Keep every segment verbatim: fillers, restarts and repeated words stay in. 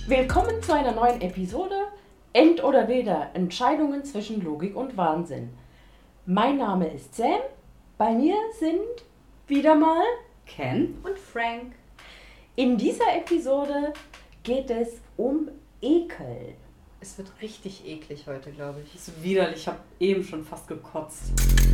Willkommen zu einer neuen Episode End oder Weder, Entscheidungen zwischen Logik und Wahnsinn. Mein Name ist Sam, bei mir sind wieder mal Ken und Frank. In dieser Episode geht es um Ekel. Es wird richtig eklig heute, glaube ich. Das ist widerlich, ich habe eben schon fast gekotzt.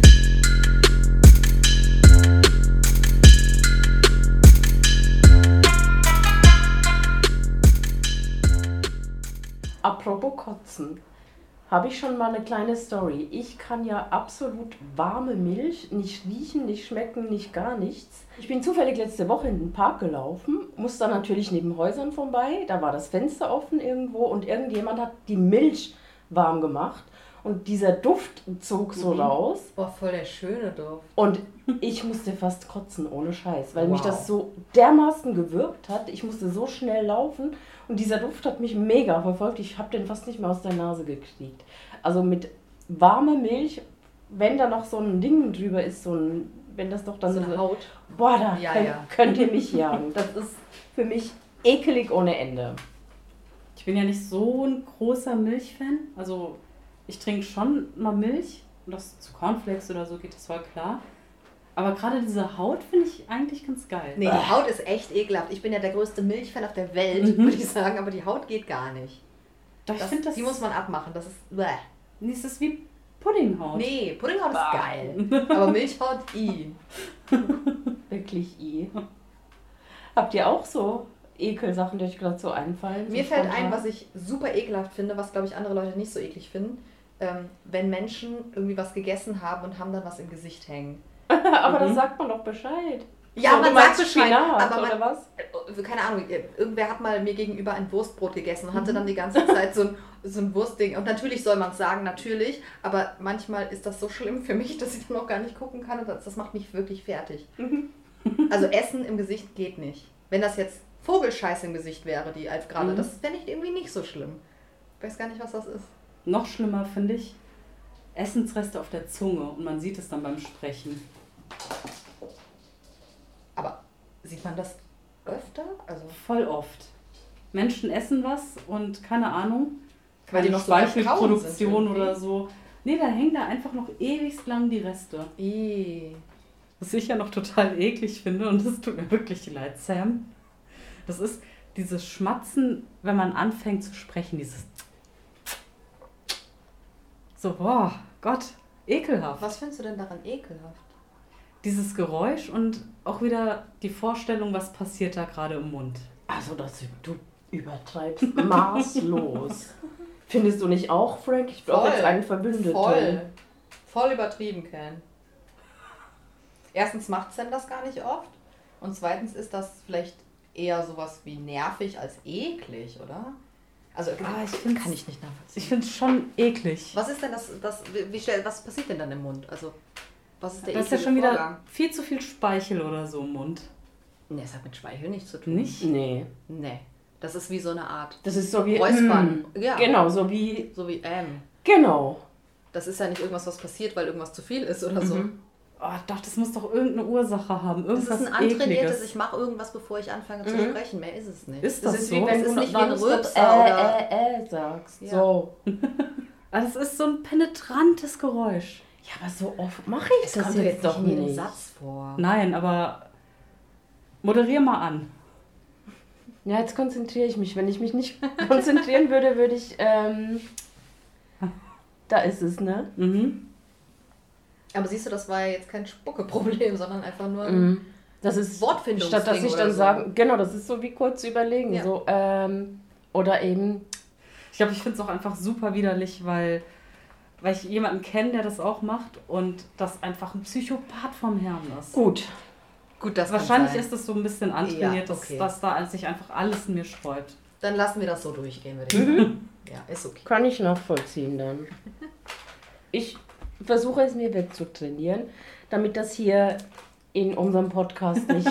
Apropos Kotzen, habe ich schon mal eine kleine Story. Ich kann ja absolut warme Milch nicht riechen, nicht schmecken, nicht gar nichts. Ich bin zufällig letzte Woche in den Park gelaufen, musste dann natürlich neben Häusern vorbei. Da war das Fenster offen irgendwo und irgendjemand hat die Milch warm gemacht. Und dieser Duft zog so Mhm. raus. Oh, voll der schöne Duft. Und ich musste fast kotzen, ohne Scheiß, weil Wow. mich das so dermaßen gewürgt hat. Ich musste so schnell laufen und dieser Duft hat mich mega verfolgt. Ich habe den fast nicht mehr aus der Nase gekriegt. Also mit warmer Milch, wenn da noch so ein Ding drüber ist, so ein, wenn das doch dann So eine Haut. boah, da Ja, könnt, ja. könnt ihr mich jagen. Das ist für mich ekelig ohne Ende. Ich bin ja nicht so ein großer Milchfan. Also ich trinke schon mal Milch. Und das zu Cornflakes oder so geht das voll klar. Aber gerade diese Haut finde ich eigentlich ganz geil. Nee, die Haut ist echt ekelhaft. Ich bin ja der größte Milchfan auf der Welt, Mhm. würde ich sagen, aber die Haut geht gar nicht. Doch, ich Das, finde das. die muss man abmachen. Das ist. Bäh. Nee, es ist wie Puddinghaut. Nee, Puddinghaut ist Bah. geil. Aber Milchhaut, i. Wirklich i. Habt ihr auch so Ekelsachen, die euch gerade so einfallen? Mir so fällt spontan? ein, was ich super ekelhaft finde, was glaube ich andere Leute nicht so eklig finden. Ähm, wenn Menschen irgendwie was gegessen haben und haben dann was im Gesicht hängen. Aber Mhm. da sagt man doch Bescheid. Ja, So, man du meinst sagt Bescheid, Spinat, aber man, oder was? äh, keine Ahnung, äh, irgendwer hat mal mir gegenüber ein Wurstbrot gegessen und hatte Mhm. dann die ganze Zeit so ein, so ein Wurstding. Und natürlich soll man es sagen, natürlich, aber manchmal ist das so schlimm für mich, dass ich dann auch gar nicht gucken kann und das, das macht mich wirklich fertig. Mhm. Also Essen im Gesicht geht nicht. Wenn das jetzt Vogelscheiße im Gesicht wäre, die als gerade, Mhm. das fände ich irgendwie nicht so schlimm. Ich weiß gar nicht, was das ist. Noch schlimmer finde ich Essensreste auf der Zunge und man sieht es dann beim Sprechen. Aber sieht man das öfter? Also, Voll oft. Menschen essen was und keine Ahnung, Weil die keine noch so am Kauen Speichelproduktion sind oder irgendwie. so. Nee, da hängen da einfach noch ewigst lang die Reste. ih. Was ich ja noch total eklig finde, und das tut mir wirklich leid, Sam, das ist dieses Schmatzen, wenn man anfängt zu sprechen, dieses so, boah, Gott, ekelhaft. Was findest du denn daran ekelhaft? Dieses Geräusch und auch wieder die Vorstellung, was passiert da gerade im Mund. Also, das, du übertreibst maßlos. Findest du nicht auch, Frank? Ich brauche Voll. jetzt einen Verbündeten. Voll. Voll übertrieben, Ken. Erstens macht Sam das gar nicht oft. Und zweitens ist das vielleicht eher sowas wie nervig als eklig, oder? Also Ah, ich find's- kann ich nicht nachvollziehen. Ich finde es schon eklig. Was ist denn das, das wie schnell, was passiert denn dann im Mund? Also, was ist der Das ist ja eklige schon wieder Vorgang? viel zu viel Speichel oder so im Mund. Nee, es hat mit Speichel nichts zu tun. Nicht? Nee. Nee. Das ist wie so eine Art. Das ist so wie. Räuspern. Mm, Ja. Genau, so wie. So wie ähm. Genau. Das ist ja nicht irgendwas, was passiert, weil irgendwas zu viel ist oder so. Mhm. Oh, doch, das muss doch irgendeine Ursache haben. Das Irgendwas ist ein antrainiertes, Ekliges. ich mache irgendwas, bevor ich anfange zu Mhm. sprechen. Mehr ist es nicht. Ist das ist so? wie wenn Das du ist nicht wie ein nonstop Rülpser äh, oder- äh, äh sagst. Ja. So. Ah, das ist so ein penetrantes Geräusch. Ja, aber so oft mache ich Es das kommt jetzt doch in jedem nicht. Satz vor. Nein, aber moderier mal an. Ja, jetzt konzentriere ich mich. Wenn ich mich nicht konzentrieren würde, würde ich. Ähm, da ist es, ne? Mhm. Aber siehst du, das war ja jetzt kein Spucke-Problem, sondern einfach nur ein Mhm. Das ist Wortfindungsding statt dass ich oder dann so. sagen, genau, das ist so wie kurz überlegen. Ja. So, ähm, oder eben, Ich glaube, ich finde es auch einfach super widerlich, weil, weil ich jemanden kenne, der das auch macht und das einfach ein Psychopath vom Herrn ist. gut. Gut, das Wahrscheinlich kann sein. ist das so ein bisschen antrainiert, Ja, okay. dass, dass da sich einfach alles in mir sträubt. Dann lassen wir das so durchgehen, würde ich sagen. Ja, ist okay. Kann ich nachvollziehen dann. Ich versuche es mir wegzutrainieren, damit das hier in unserem Podcast nicht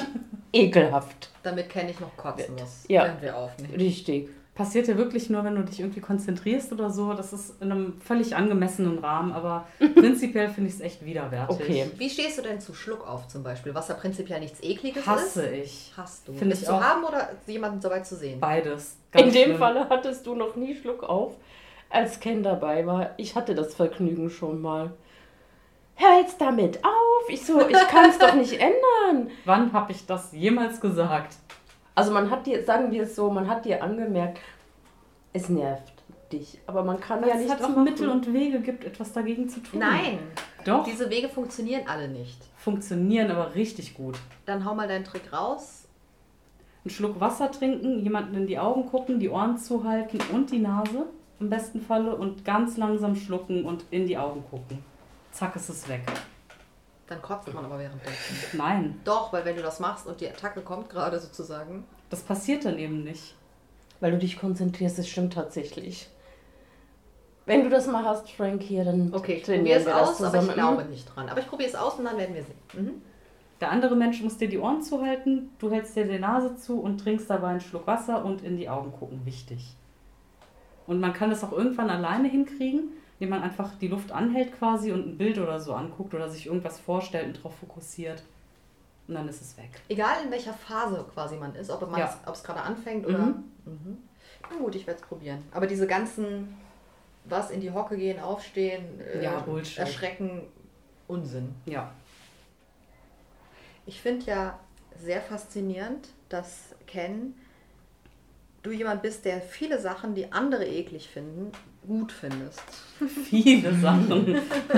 ekelhaft. Damit kenne ich noch kotzen muss, Ja. während wir aufnehmen. Richtig. Passiert ja wirklich nur, wenn du dich irgendwie konzentrierst oder so. Das ist in einem völlig angemessenen Rahmen, aber prinzipiell finde ich es echt widerwärtig. Okay. Wie stehst du denn zu Schluckauf zum Beispiel, was ja prinzipiell nichts Ekliges Hasse ist? ich. Hast du. Finde Ist ich zu auch. haben oder jemanden dabei zu sehen? Beides. In Ganz dem schlimm. Falle hattest du noch nie Schluck auf, als Ken dabei war. Ich hatte das Vergnügen schon mal. Hör jetzt damit auf. Ich so, ich kann es doch nicht ändern. Wann habe ich das jemals gesagt? Also man hat dir, sagen wir es so, man hat dir angemerkt, es nervt dich. Aber man kann Weil ja es nichts halt auch machen. Mittel und Wege gibt, etwas dagegen zu tun. Nein, Doch, diese Wege funktionieren alle nicht. funktionieren aber richtig gut. Dann hau mal deinen Trick raus. Einen Schluck Wasser trinken, jemanden in die Augen gucken, die Ohren zuhalten und die Nase im besten Falle und ganz langsam schlucken und in die Augen gucken. Zack, ist es weg. Dann kotzt man aber währenddessen. Nein, Doch, weil wenn du das machst und die Attacke kommt gerade sozusagen. das passiert dann eben nicht. Weil du dich konzentrierst, das stimmt tatsächlich. Wenn du das mal hast, Frank, hier, dann Okay, ich trainieren probiere es wir das aus, aber ich zusammen. glaube nicht dran. Aber ich probiere es aus und dann werden wir sehen. Mhm. Der andere Mensch muss dir die Ohren zuhalten, du hältst dir die Nase zu und trinkst dabei einen Schluck Wasser und in die Augen gucken. Wichtig. Und man kann das auch irgendwann alleine hinkriegen, indem man einfach die Luft anhält quasi und ein Bild oder so anguckt oder sich irgendwas vorstellt und darauf fokussiert. Und dann ist es weg. Egal in welcher Phase quasi man ist, ob man Ja. es, ob es gerade anfängt oder. Mhm. Mhm. Na gut, ich werde es probieren. Aber diese ganzen, was in die Hocke gehen, aufstehen, äh, Ja, Bullshit. erschrecken, Unsinn. Ja. Ich finde ja sehr faszinierend, dass Ken, du jemand bist, der viele Sachen, die andere eklig finden, gut findest. Viele Sachen.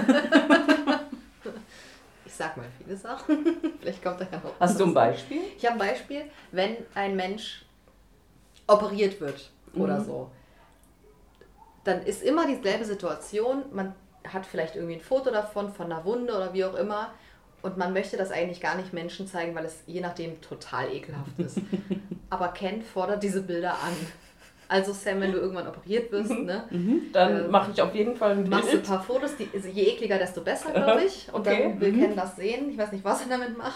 Ich sag mal viele Sachen. Vielleicht kommt da ja noch. Hast du ein Beispiel? Ich habe ein Beispiel, wenn ein Mensch operiert wird oder Mhm. so, dann ist immer dieselbe Situation. Man hat vielleicht irgendwie ein Foto davon, von einer Wunde oder wie auch immer. Und man möchte das eigentlich gar nicht Menschen zeigen, weil es je nachdem total ekelhaft ist. Aber Ken fordert diese Bilder an. Also Sam, wenn du irgendwann operiert wirst, ne, Dann Ähm, mache ich auf jeden Fall ein machst du ein Bild. paar Fotos, die, also je ekliger, desto besser, glaube ich. Und Okay. dann will Mhm. Ken das sehen. Ich weiß nicht, was er damit macht.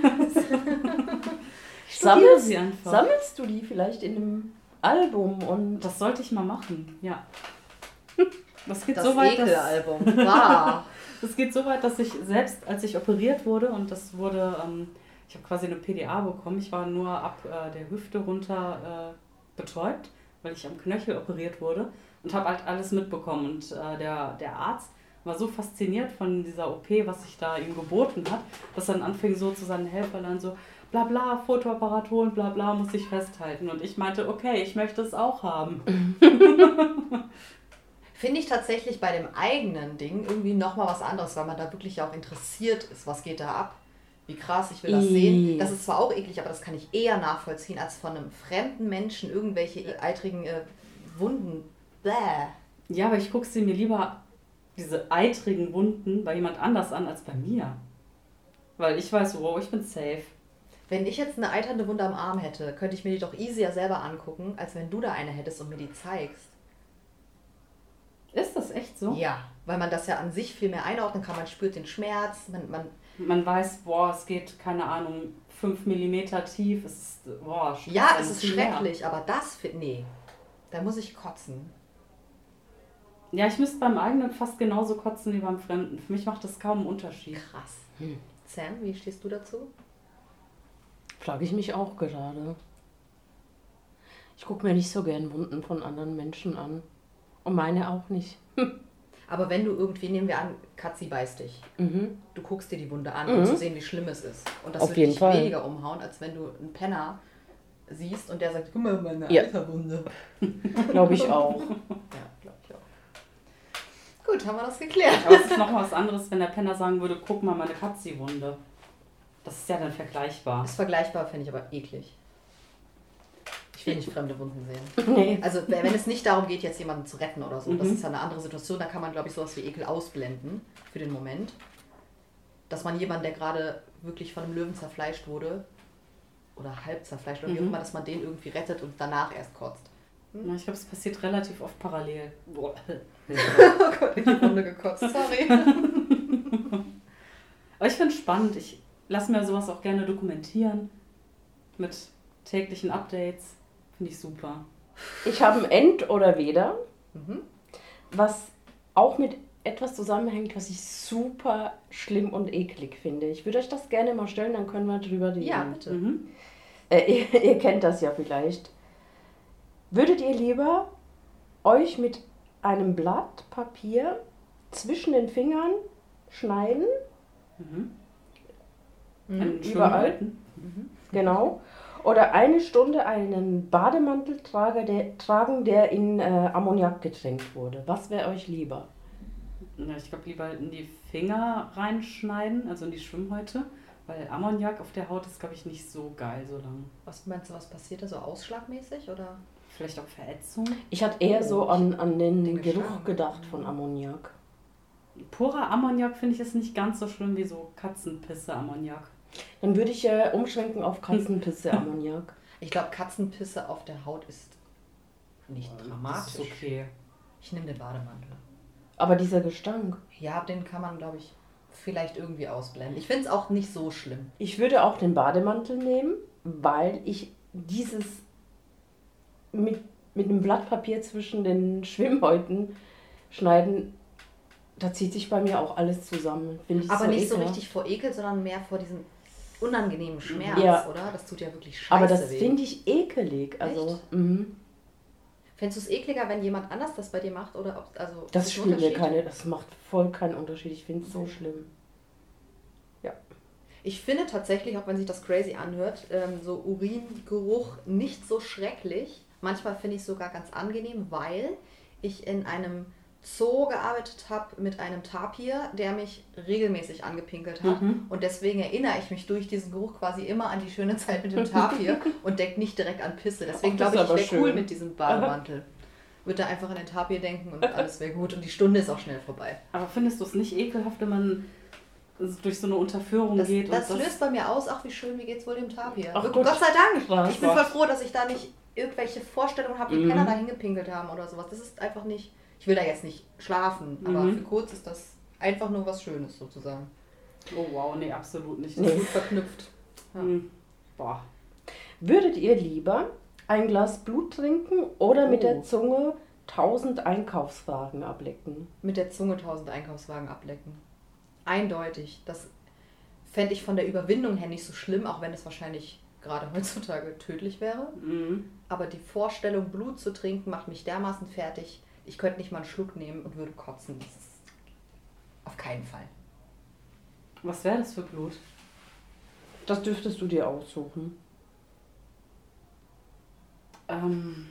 Studiere Sammelst, sie einfach. sammelst du die vielleicht in einem Album und Das sollte ich mal machen, ja. Das geht Das so weit, dass, Ekelalbum. Wow. das geht so weit, dass ich selbst, als ich operiert wurde, und das wurde, ähm, ich habe quasi eine P D A bekommen, ich war nur ab äh, der Hüfte runter äh, betäubt, weil ich am Knöchel operiert wurde und habe halt alles mitbekommen. Und äh, der, der Arzt war so fasziniert von dieser O P, was sich da ihm geboten hat, dass er dann anfing so zu seinen Helferlein so, bla bla, Fotoapparat holen, bla bla, muss ich festhalten. Und ich meinte, okay, ich möchte es auch haben. Finde ich tatsächlich bei dem eigenen Ding irgendwie nochmal was anderes, weil man da wirklich auch interessiert ist, was geht da ab. Wie krass, ich will das I. sehen. Das ist zwar auch eklig, aber das kann ich eher nachvollziehen, als von einem fremden Menschen irgendwelche eitrigen äh, Wunden. Bäh. Ja, aber ich gucke sie mir lieber, diese eitrigen Wunden, bei jemand anders an als bei mir. Weil ich weiß, wow, ich bin safe. Wenn ich jetzt eine eiternde Wunde am Arm hätte, könnte ich mir die doch easier selber angucken, als wenn du da eine hättest und mir die zeigst. Ist das echt so? Ja, weil man das ja an sich viel mehr einordnen kann. Man spürt den Schmerz, man, man Man weiß, boah, es geht, keine Ahnung, fünf Millimeter tief. Es ist, boah, Schmerz, ja, dann es ist viel mehr. schrecklich, aber das, fi- nee, da muss ich kotzen. Ja, ich müsste beim eigenen fast genauso kotzen wie beim Fremden. Für mich macht das kaum einen Unterschied. Krass. Sam, wie stehst du dazu? frage ich mich auch gerade. Ich gucke mir nicht so gern Wunden von anderen Menschen an. Und meine auch nicht. Aber wenn du irgendwie, nehmen wir an, Katzi beißt dich. Mhm. Du guckst dir die Wunde an, Mhm. um zu sehen, wie schlimm es ist. Und das Auf wird jeden dich Fall. weniger umhauen, als wenn du einen Penner siehst und der sagt, guck mal, meine Ja. Eiterwunde. Glaube ich auch. Ja, glaube ich auch. Gut, haben wir das geklärt. Aber es ist noch was anderes, wenn der Penner sagen würde, guck mal, meine Katzi-Wunde. Das ist ja dann vergleichbar. Ist vergleichbar, finde ich aber eklig. Ich will nicht fremde Wunden sehen. Nee. Also wenn es nicht darum geht, jetzt jemanden zu retten oder so, das Mhm. ist ja eine andere Situation, da kann man, glaube ich, sowas wie Ekel ausblenden für den Moment. Dass man jemanden, der gerade wirklich von einem Löwen zerfleischt wurde, oder halb zerfleischt, oder wie auch Mhm. immer, dass man den irgendwie rettet und danach erst kotzt. Ja, ich glaube, es passiert relativ oft parallel. Boah. Oh Gott, in die Wunde gekotzt, sorry. Aber ich finde es spannend. Ich lasse mir sowas auch gerne dokumentieren. mit täglichen Updates. Finde ich super. Ich habe ein End oder Weder, Mhm. was auch mit etwas zusammenhängt, was ich super schlimm und eklig finde. Ich würde euch das gerne mal stellen, dann können wir drüber reden. Ja, bitte. Mhm. Äh, ihr, ihr kennt das ja vielleicht. Würdet ihr lieber euch mit einem Blatt Papier zwischen den Fingern schneiden? Mhm. Mhm. Einen Schirm Überall? halten. Genau. Oder eine Stunde einen Bademantel trage, der, tragen, der in äh, Ammoniak getränkt wurde. Was wäre euch lieber? Ja, ich glaube, lieber in die Finger reinschneiden, also in die Schwimmhäute, weil Ammoniak auf der Haut ist, glaube ich, nicht so geil so lang. Was meinst du, was passiert da? So ausschlagmäßig oder? Vielleicht auch Verätzung. Ich hatte eher so an, an den, Den Geruch Geschmack. gedacht von Ammoniak. Purer Ammoniak finde ich ist nicht ganz so schlimm wie so Katzenpisse-Ammoniak. Dann würde ich äh, umschwenken auf Katzenpisse Ammoniak. Ich glaube, Katzenpisse auf der Haut ist nicht Das dramatisch. ist okay. Ich nehme den Bademantel. Aber dieser Gestank. Ja, den kann man, glaube ich, vielleicht irgendwie ausblenden. Ich finde es auch nicht so schlimm. Ich würde auch den Bademantel nehmen, weil ich dieses mit, mit einem Blatt Papier zwischen den Schwimmhäuten schneiden, da zieht sich bei mir auch alles zusammen. Finde ich Aber nicht so ekelhaft. richtig vor Ekel, sondern mehr vor diesem unangenehmen Schmerz, Ja. oder? Das tut ja wirklich scheiße Aber das weh. finde ich ekelig. Also, mhm. Fändest du es ekliger, wenn jemand anders das bei dir macht? Oder ob, also, Das ist ein spielt mir Unterschied? keine, das macht voll keinen Unterschied. Ich finde es so schlimm. Ich finde tatsächlich, auch wenn sich das crazy anhört, ähm, so Uringeruch nicht so schrecklich. Manchmal finde ich es sogar ganz angenehm, weil ich in einem Zoo gearbeitet habe mit einem Tapir, der mich regelmäßig angepinkelt hat. Mhm. Und deswegen erinnere ich mich durch diesen Geruch quasi immer an die schöne Zeit mit dem Tapir und denke nicht direkt an Pisse. Deswegen Ach, das glaube ich, ist aber ich wäre cool schön. mit diesem Bademantel. Würde da einfach an den Tapir denken und alles wäre gut. Und die Stunde ist auch schnell vorbei. Aber findest du es nicht ekelhaft, wenn man durch so eine Unterführung Das, geht? das, und löst bei mir aus, ach wie schön, wie geht's wohl dem Tapir. Ach Gott, Gott. sei Dank. Spaß, Ich bin voll Spaß. froh, dass ich da nicht irgendwelche Vorstellungen habe, wie Mhm. Penner da hingepinkelt haben oder sowas. Das ist einfach nicht, ich will da jetzt nicht schlafen, aber Mhm. für kurz ist das einfach nur was Schönes sozusagen. Oh wow, nee, absolut nicht. Nee. Gut verknüpft. Ja. Hm. Boah. Würdet ihr lieber ein Glas Blut trinken oder mit Oh. der Zunge tausend Einkaufswagen ablecken? Mit der Zunge tausend Einkaufswagen ablecken. Eindeutig. Das fände ich von der Überwindung her nicht so schlimm, auch wenn es wahrscheinlich gerade heutzutage tödlich wäre. Mhm. Aber die Vorstellung, Blut zu trinken, macht mich dermaßen fertig. Ich könnte nicht mal einen Schluck nehmen und würde kotzen. Das ist auf keinen Fall. Was wäre das für Blut? Das dürftest du dir aussuchen. Ähm.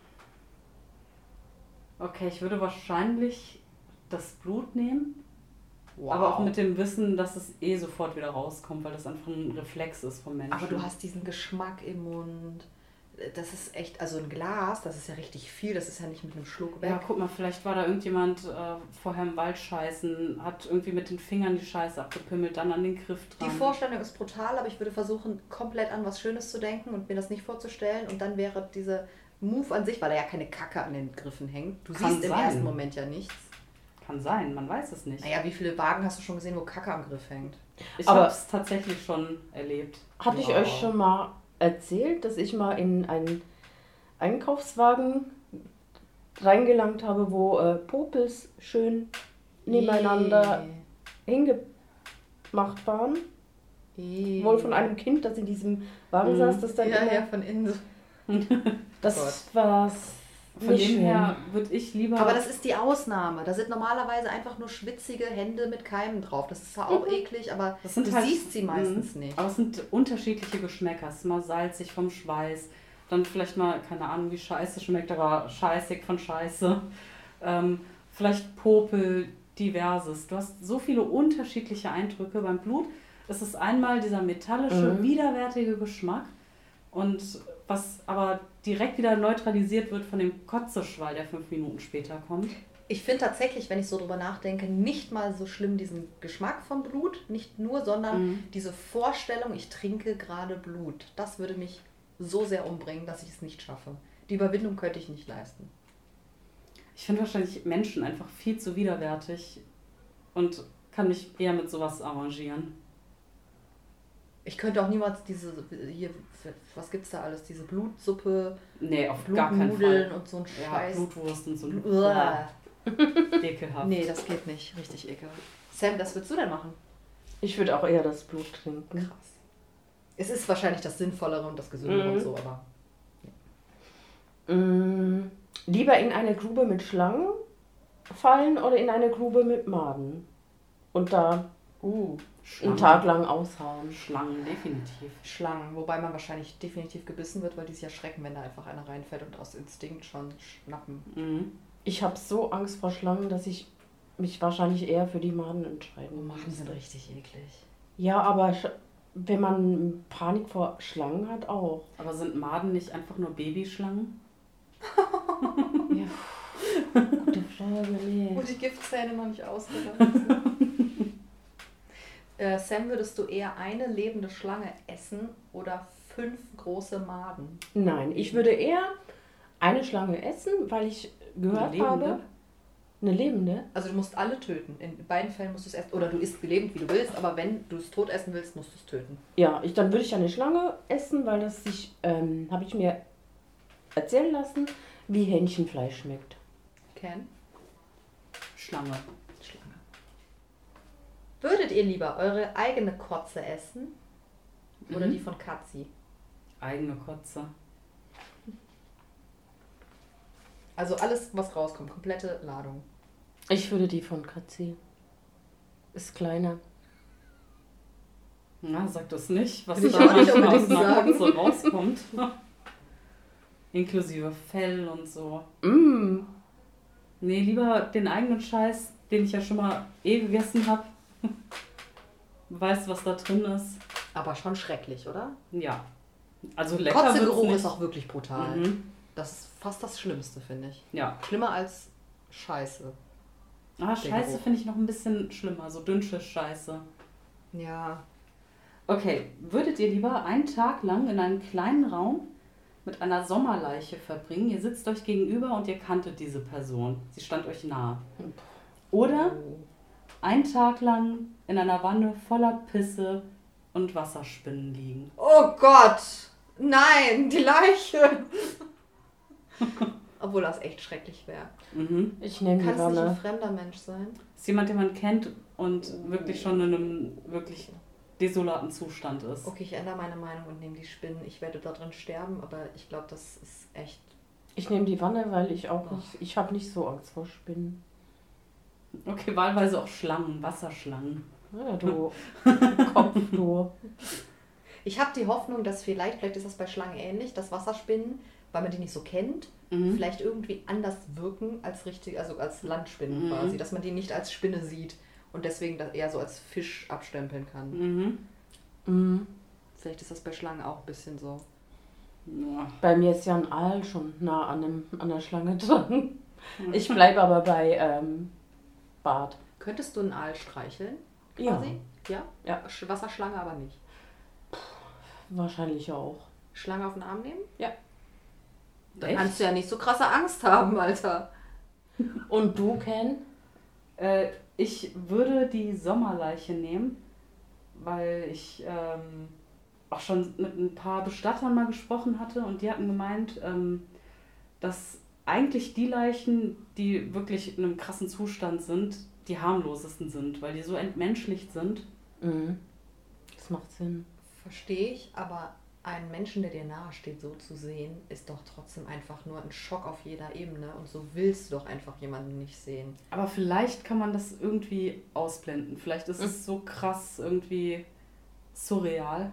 Okay, ich würde wahrscheinlich das Blut nehmen. Aber auch mit dem Wissen, dass es eh sofort wieder rauskommt, weil das einfach ein Reflex ist vom Menschen. Aber du hast diesen Geschmack im Mund. Das ist echt, also ein Glas, das ist ja richtig viel, das ist ja nicht mit einem Schluck weg. Ja, guck mal, vielleicht war da irgendjemand äh, vorher im Wald scheißen, hat irgendwie mit den Fingern die Scheiße abgepimmelt, dann an den Griff dran. Die Vorstellung ist brutal, aber ich würde versuchen, komplett an was Schönes zu denken und mir das nicht vorzustellen. Und dann wäre diese Move an sich, weil da ja keine Kacke an den Griffen hängt. Du Kann siehst im sein. ersten Moment ja nichts. Kann sein, man weiß es nicht. Naja, wie viele Wagen hast du schon gesehen, wo Kacke am Griff hängt? Ich Aber- habe es tatsächlich schon erlebt. Hatte ich Wow. euch schon mal erzählt, dass ich mal in einen Einkaufswagen reingelangt habe, wo äh, Popels schön nebeneinander hingemacht waren? Eee. Wohl von einem Kind, das in diesem Wagen Mhm. saß, das dann Ja, immer... ja, von innen so. Das war's Von nicht dem schön. her würde ich lieber. Aber das ist die Ausnahme. Da sind normalerweise einfach nur schwitzige Hände mit Keimen drauf. Das ist zwar auch eklig, aber Das sind du halt- siehst sie meistens Mhm. nicht. Aber es sind unterschiedliche Geschmäcker. Es ist mal salzig vom Schweiß, dann vielleicht mal, keine Ahnung, wie Scheiße schmeckt, aber scheißig von Scheiße. Ähm, vielleicht Popel, diverses. Du hast so viele unterschiedliche Eindrücke. Beim Blut ist es einmal dieser metallische, Mhm. widerwärtige Geschmack und was aber direkt wieder neutralisiert wird von dem Kotzeschwall, der fünf Minuten später kommt. Ich finde tatsächlich, wenn ich so drüber nachdenke, nicht mal so schlimm diesen Geschmack vom Blut, nicht nur, sondern Mhm. diese Vorstellung, ich trinke gerade Blut. Das würde mich so sehr umbringen, dass ich es nicht schaffe. Die Überwindung könnte ich nicht leisten. Ich finde wahrscheinlich Menschen einfach viel zu widerwärtig und kann mich eher mit sowas arrangieren. Ich könnte auch niemals diese, hier, was gibt's da alles, diese Blutsuppe, Nee, auf gar keinen Blutnudeln Fall. und so ein Ja, Scheiß. Blutwurst und so ein Uah. ekelhaft. Nee, das geht nicht. Richtig ekelhaft. Sam, was würdest du denn machen? Ich würde auch eher das Blut trinken. Krass. Es ist wahrscheinlich das Sinnvollere und das Gesündere Mhm. und so, aber... Mm, lieber in eine Grube mit Schlangen fallen oder in eine Grube mit Maden? Und da Uh, einen Tag lang ausharren. Schlangen, definitiv. Schlangen, wobei man wahrscheinlich definitiv gebissen wird, weil die sich ja schrecken, wenn da einfach einer reinfällt und aus Instinkt schon schnappen. Mhm. Ich habe so Angst vor Schlangen, dass ich mich wahrscheinlich eher für die Maden entscheiden Maden müsste. sind richtig eklig. Ja, aber sch- wenn man Panik vor Schlangen hat, auch. Aber sind Maden nicht einfach nur Babyschlangen? Ja. Gute Frage, nee. Wo die Giftzähne noch nicht ausgegangen sind. äh, Sam, würdest du eher eine lebende Schlange essen oder fünf große Maden? Nein, ich würde eher eine Schlange essen, weil ich gehört Eine lebende? habe. Eine lebende? Also du musst alle töten. In beiden Fällen musst du es essen. Oder du isst lebend, wie du willst, aber wenn du es tot essen willst, musst du es töten. Ja, ich, dann würde ich eine Schlange essen, weil das sich, ähm, habe ich mir erzählen lassen, wie Hähnchenfleisch schmeckt. Ken? Schlange. Schlange. Würdet ihr lieber eure eigene Kotze essen oder Mhm. die von Katzi? Eigene Kotze. Also alles, was rauskommt, komplette Ladung. Ich würde die von Katzi. Ist kleiner. Na, sag das nicht, was Will ich da auch nicht manchmal aus unbedingt einer sagen. Katze rauskommt. Inklusive Fell und so. Mm. Nee, lieber den eigenen Scheiß, den ich ja schon mal eh gegessen habe. Weißt, was da drin ist. Aber schon schrecklich, oder? Ja. Also lecker wird's Kotzegeruch nicht. ist auch wirklich brutal. Mhm. Das ist fast das Schlimmste, finde ich. Ja. Schlimmer als Scheiße. Ah, Scheiße Geruch. finde ich noch ein bisschen schlimmer. So Dünnschiss-Scheiße. Ja. Okay, würdet ihr lieber einen Tag lang in einem kleinen Raum mit einer Sommerleiche verbringen? Ihr sitzt euch gegenüber und ihr kanntet diese Person. Sie stand euch nahe. Oder einen Tag lang in einer Wanne voller Pisse und Wasserspinnen liegen. Oh Gott! Nein, die Leiche! Obwohl das echt schrecklich wäre. Mhm. Ich nehme die Kann es nicht ein Wanne. fremder Mensch sein? Ist jemand, den man kennt und wirklich schon in einem wirklich desolaten Zustand ist. Okay, ich ändere meine Meinung und nehme die Spinnen. Ich werde da drin sterben, aber ich glaube, das ist echt... Ich nehme die Wanne, weil ich auch nicht, ich habe nicht so Angst vor Spinnen. Okay, wahlweise auch Schlangen, Wasserschlangen. Ja, du Kopf, du. Ich habe die Hoffnung, dass vielleicht, vielleicht ist das bei Schlangen ähnlich, dass Wasserspinnen, weil man die nicht so kennt, Mhm. vielleicht irgendwie anders wirken als richtig, also als Landspinnen Mhm. quasi, dass man die nicht als Spinne sieht und deswegen das eher so als Fisch abstempeln kann. Mhm. Mhm. Vielleicht ist das bei Schlangen auch ein bisschen so. Ja. Bei mir ist ja ein Aal schon nah an, dem, an der Schlange dran. Ich bleibe aber bei ähm, Bart. Könntest du einen Aal streicheln? Ja, Quasi? Ja? Ja. Sch- Wasserschlange aber nicht. wahrscheinlich auch. Schlange auf den Arm nehmen? Ja. Dann Echt? kannst du ja nicht so krasse Angst haben, Alter. Und du, Ken? Äh, ich würde die Sommerleiche nehmen, weil ich ähm, auch schon mit ein paar Bestattern mal gesprochen hatte und die hatten gemeint, ähm, dass eigentlich die Leichen, die wirklich in einem krassen Zustand sind, die harmlosesten sind, weil die so entmenschlicht sind. Mhm. Das macht Sinn. Verstehe ich, aber einen Menschen, der dir nahe steht, so zu sehen, ist doch trotzdem einfach nur ein Schock auf jeder Ebene und so willst du doch einfach jemanden nicht sehen. Aber vielleicht kann man das irgendwie ausblenden. Vielleicht ist es so krass irgendwie surreal.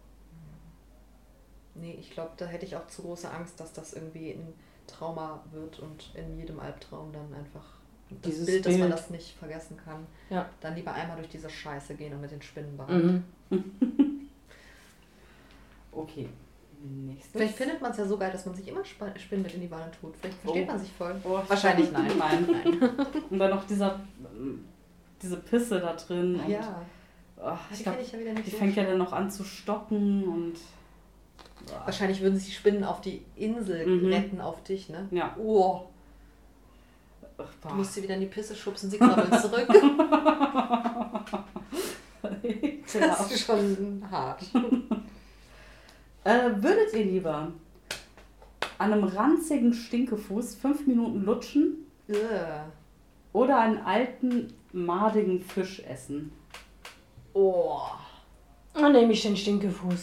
Nee, ich glaube, da hätte ich auch zu große Angst, dass das irgendwie ein Trauma wird und in jedem Albtraum dann einfach das Dieses Bild, dass man Bild. das nicht vergessen kann. Ja. Dann lieber einmal durch diese Scheiße gehen und mit den Spinnen behandeln. Mhm. Okay. Nächstes. Vielleicht findet man es ja so geil, dass man sich immer Sp- Spinnen mit in die Wanne tut. Vielleicht versteht Oh. man sich voll. Oh, Wahrscheinlich nein. Nein. Nein. Und dann noch dieser, diese Pisse da drin. Und, Ja, oh, die ich glaube, finde ich ja wieder nicht die so fängt ja schlimm. dann noch an zu stocken und. Oh. Wahrscheinlich würden sich die Spinnen auf die Insel Mhm. retten, auf dich, ne? Ja. Oh, Ach, du boah. musst sie wieder in die Pisse schubsen, sie krabbeln zurück. Das ist schon hart. Äh, würdet ihr lieber an einem ranzigen Stinkefuß fünf Minuten lutschen Ugh. oder einen alten, madigen Fisch essen? Oh. Dann nehme ich den Stinkefuß.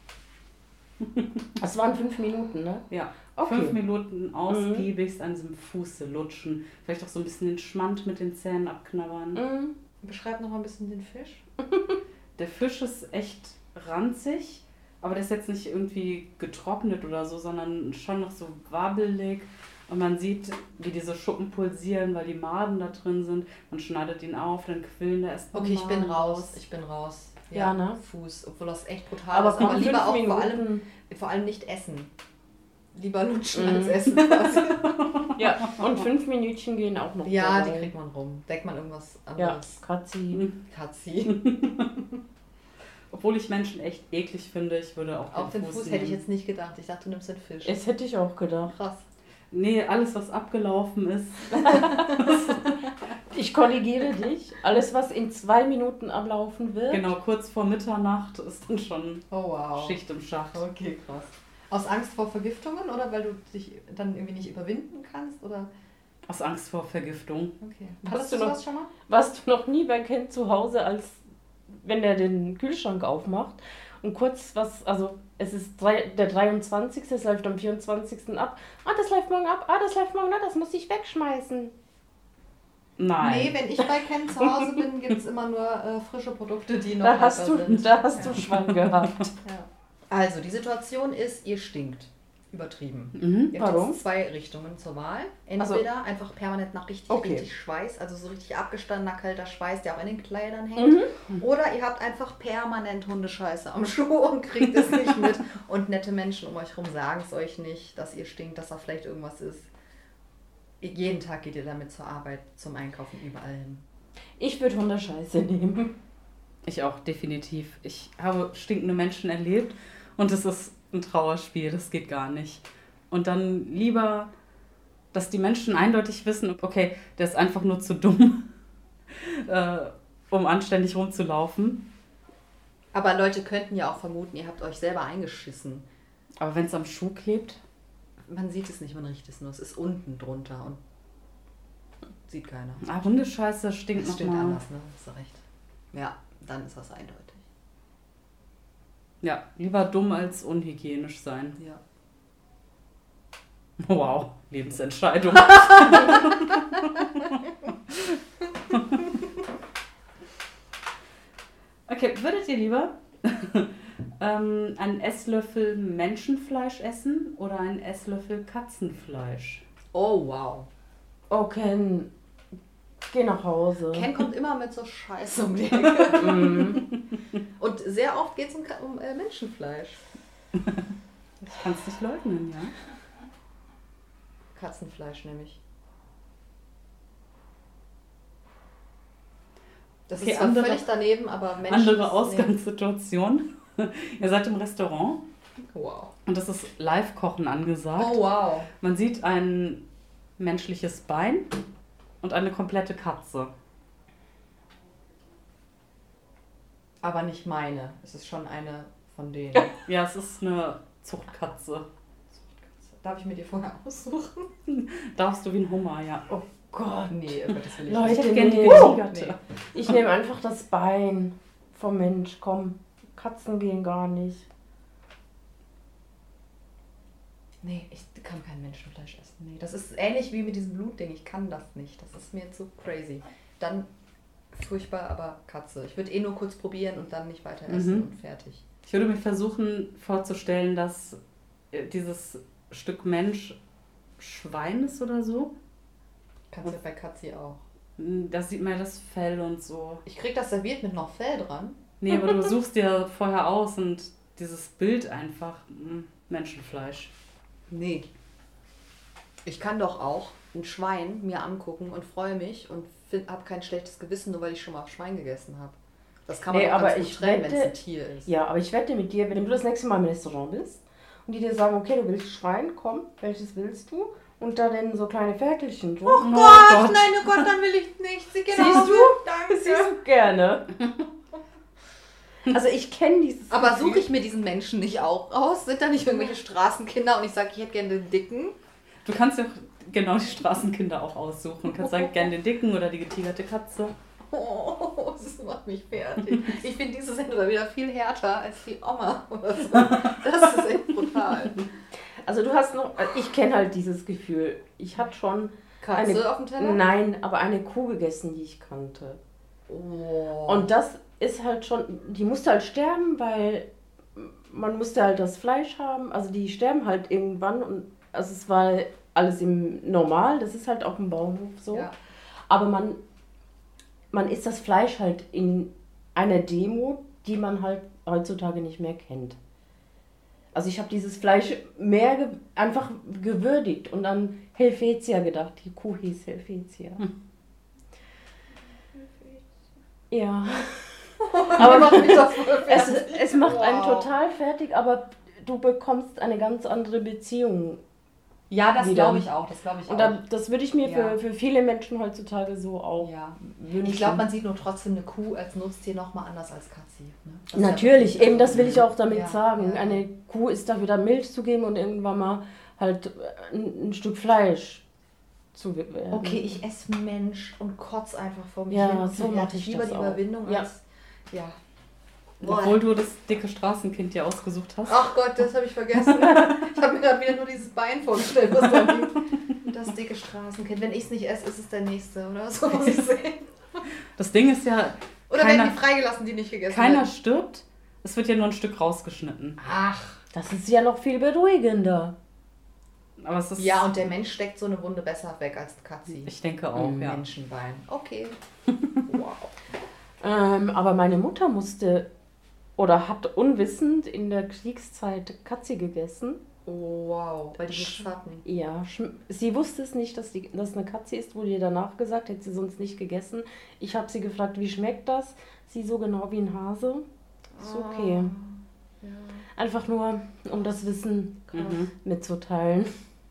Das waren fünf Minuten, ne? Ja, Okay. fünf Minuten ausgiebigst an diesem Fuße lutschen. Vielleicht auch so ein bisschen den Schmand mit den Zähnen abknabbern. Mhm. Beschreib noch mal ein bisschen den Fisch. Der Fisch ist echt ranzig, aber der ist jetzt nicht irgendwie getrocknet oder so, sondern schon noch so wabbelig. Und man sieht, wie diese Schuppen pulsieren, weil die Maden da drin sind. Man schneidet ihn auf, dann quillen da erst Okay, ich bin Maden raus. Ich bin raus. Ja, ne? Fuß, obwohl das echt brutal Aber ist. Aber komm, lieber fünf auch Minuten. vor allem, vor allem nicht essen. Lieber lutschen Mhm. als essen quasi. Ja, und fünf Minütchen gehen auch noch. Ja, die dabei. kriegt man rum. Deckt man irgendwas Ja, anderes. Katzi. Katzi. Obwohl ich Menschen echt eklig finde, ich würde auch den, Auf den Fuß, Fuß nehmen. hätte ich jetzt nicht gedacht. Ich dachte, du nimmst den Fisch. Das hätte ich auch gedacht. Krass. Nee, alles was abgelaufen ist. Ich korrigiere dich. Alles, was in zwei Minuten ablaufen wird. Genau, kurz vor Mitternacht ist dann schon Oh wow. Schicht im Schacht. Okay, krass. Aus Angst vor Vergiftungen oder weil du dich dann irgendwie nicht überwinden kannst? Oder? Aus Angst vor Vergiftung. Okay. Hast Hattest du du noch- sowas schon mal? Warst du noch nie bei Ken zu Hause, als wenn er den Kühlschrank aufmacht und kurz was, also es ist drei, der dreiundzwanzigste, es läuft am vierundzwanzigsten ab. Ah, das läuft morgen ab. Ah, das läuft morgen ab. Das muss ich wegschmeißen. Nein. Nee, wenn ich bei Ken zu Hause bin, gibt es immer nur äh, frische Produkte, die noch Da hast haltbar du, sind. da hast Ja. du Schwein gehabt. Ja. Also, die Situation ist, ihr stinkt. Übertrieben. Mhm. Ihr habt Warum? jetzt zwei Richtungen zur Wahl. Entweder einfach permanent nach richtig, Okay. richtig Schweiß, also so richtig abgestandener, kalter Schweiß, der auch in den Kleidern hängt. Mhm. Oder ihr habt einfach permanent Hundescheiße am Schuh und kriegt es nicht mit. Und nette Menschen um euch herum sagen es euch nicht, dass ihr stinkt, dass da vielleicht irgendwas ist. Jeden Tag geht ihr damit zur Arbeit, zum Einkaufen, überall hin. Ich würde Hundescheiße nehmen. Ich auch, definitiv. Ich habe stinkende Menschen erlebt und es ist ein Trauerspiel, das geht gar nicht. Und dann lieber, dass die Menschen eindeutig wissen, okay, der ist einfach nur zu dumm, äh, um anständig rumzulaufen. Aber Leute könnten ja auch vermuten, ihr habt euch selber eingeschissen. Aber wenn es am Schuh klebt, Man sieht es nicht, man riecht es nur. Es ist unten drunter und sieht keiner. ah, Hundescheiße stinkt Das stimmt nochmal. anders, ne? Hast du recht. Ja, dann ist das eindeutig. Ja, lieber dumm als unhygienisch sein. Ja. Wow, Lebensentscheidung. Okay, würdet ihr lieber ähm, einen Esslöffel Menschenfleisch essen oder einen Esslöffel Katzenfleisch? Oh, wow. Oh, Ken, geh nach Hause. Ken kommt immer mit so Scheiße um die Ecke. Mhm. Und sehr oft geht es um, Ka- um äh, Menschenfleisch. Ich kann es nicht leugnen, ja. Katzenfleisch nämlich. Das Okay, ist zwar andere- völlig daneben, aber Menschen... Andere Ausgangssituation. Ihr seid im Restaurant Wow. und es ist Live-Kochen angesagt. Oh, wow. Man sieht ein menschliches Bein und eine komplette Katze. Aber nicht meine. Es ist schon eine von denen. Ja, es ist eine Zuchtkatze. Darf ich mir die vorher aussuchen? Darfst du wie ein Hummer, ja. Oh Gott. Nee, aber das will ich Leute, nicht. hätte gern die nee. getigerte. Nee. Ich nehme einfach das Bein vom Mensch. Komm, Katzen gehen gar nicht. Nee, ich kann kein Menschenfleisch essen. Nee, das ist ähnlich wie mit diesem Blutding. Ich kann das nicht. Das ist mir zu crazy. Dann furchtbar, aber Katze. Ich würde eh nur kurz probieren und dann nicht weiter essen Mhm. und fertig. Ich würde mir versuchen vorzustellen, dass äh, dieses Stück Mensch Schwein ist oder so. Kannst du bei Katzi auch. Da sieht man ja das Fell und so. Ich krieg das serviert mit noch Fell dran. Nee, aber du suchst dir vorher aus und dieses Bild einfach mh, Menschenfleisch. Nee. Ich kann doch auch ein Schwein mir angucken und freue mich und habe kein schlechtes Gewissen, nur weil ich schon mal Schwein gegessen habe. Das kann man Nee, doch aber ganz gut ich trennen, wenn es wette- ein Tier ist. Ja, aber ich wette mit dir, wenn du das nächste Mal im Restaurant bist und die dir sagen, okay, du willst Schwein, komm, welches willst du? Und da dann so kleine Ferkelchen drin. Oh, Oh Gott, Gott. nein, oh Gott, dann will ich nicht. Sie Siehst du? Danke. Siehst du gerne. Also ich kenne dieses Aber Gefühl. suche ich mir diesen Menschen nicht auch raus? Sind da nicht irgendwelche Straßenkinder und ich sage, ich hätte gerne den Dicken? Du kannst ja auch genau die Straßenkinder auch aussuchen. Du kannst sagen, gern den Dicken oder die getigerte Katze. Oh, das macht mich fertig. Ich finde diese Sendung wieder viel härter als die Oma oder so. Das ist echt brutal. Also du hast noch, ich kenne halt dieses Gefühl. Ich hatte schon Katze eine, auf dem Teller? Nein, aber eine Kuh gegessen, die ich kannte. Oh. Und das ist halt schon, die musste halt sterben, weil man musste halt das Fleisch haben. Also die sterben halt irgendwann und also es war alles im Normal, das ist halt auf dem Bauernhof so. Ja. Aber man, man isst das Fleisch halt in einer Demo, die man halt heutzutage nicht mehr kennt. Also ich habe dieses Fleisch mehr ge einfach gewürdigt und an Helvetia gedacht. Die Kuh hieß Helvetia. Hm. Ja. Aber macht mich das voll es, fertig. es macht Wow. einen total fertig, aber du bekommst eine ganz andere Beziehung. Ja, das wieder. glaube ich auch. Das glaube ich Und auch. da, das würde ich mir Ja. für, für viele Menschen heutzutage so auch Ja. wünschen. Ich glaube, man sieht nur trotzdem eine Kuh als Nutztier nochmal anders als Katzi. Ne? Das ist Natürlich, ja eben das will ich auch damit Ja, sagen. ja. Eine Kuh ist dafür da, Milch zu geben und irgendwann mal halt ein, ein Stück Fleisch zu werden. Okay, ich esse Mensch und kotz einfach vor mir Ja, hin. so Und mache ich lieber das die auch. Überwindung Ja. als... Ja. Obwohl du das dicke Straßenkind dir ausgesucht hast. Ach Gott, das habe ich vergessen. Ich habe mir gerade wieder nur dieses Bein vorgestellt, was da liegt. Das dicke Straßenkind. Wenn ich es nicht esse, ist es der nächste, oder? So muss ich sehen. Das Ding ist ja, Oder keiner, werden die freigelassen, die nicht gegessen keiner werden? stirbt, es wird ja nur ein Stück rausgeschnitten. Ach. Das ist ja noch viel beruhigender. Aber es ist, Ja, und der Mensch steckt so eine Wunde besser weg als Katzi. ich denke auch, Mhm. ja. Menschenbein. Okay. Wow. Ähm, aber meine Mutter musste oder hat unwissend in der Kriegszeit Katze gegessen. Wow. Weil die nichts hatten. Ja, schm- sie wusste es nicht, dass die, dass eine Katze ist, wurde ihr danach gesagt, hätte sie sonst nicht gegessen. Ich habe sie gefragt, wie schmeckt das? Sie so genau wie ein Hase. Ist okay. Ja. Einfach nur, um das Wissen Mhm. mitzuteilen.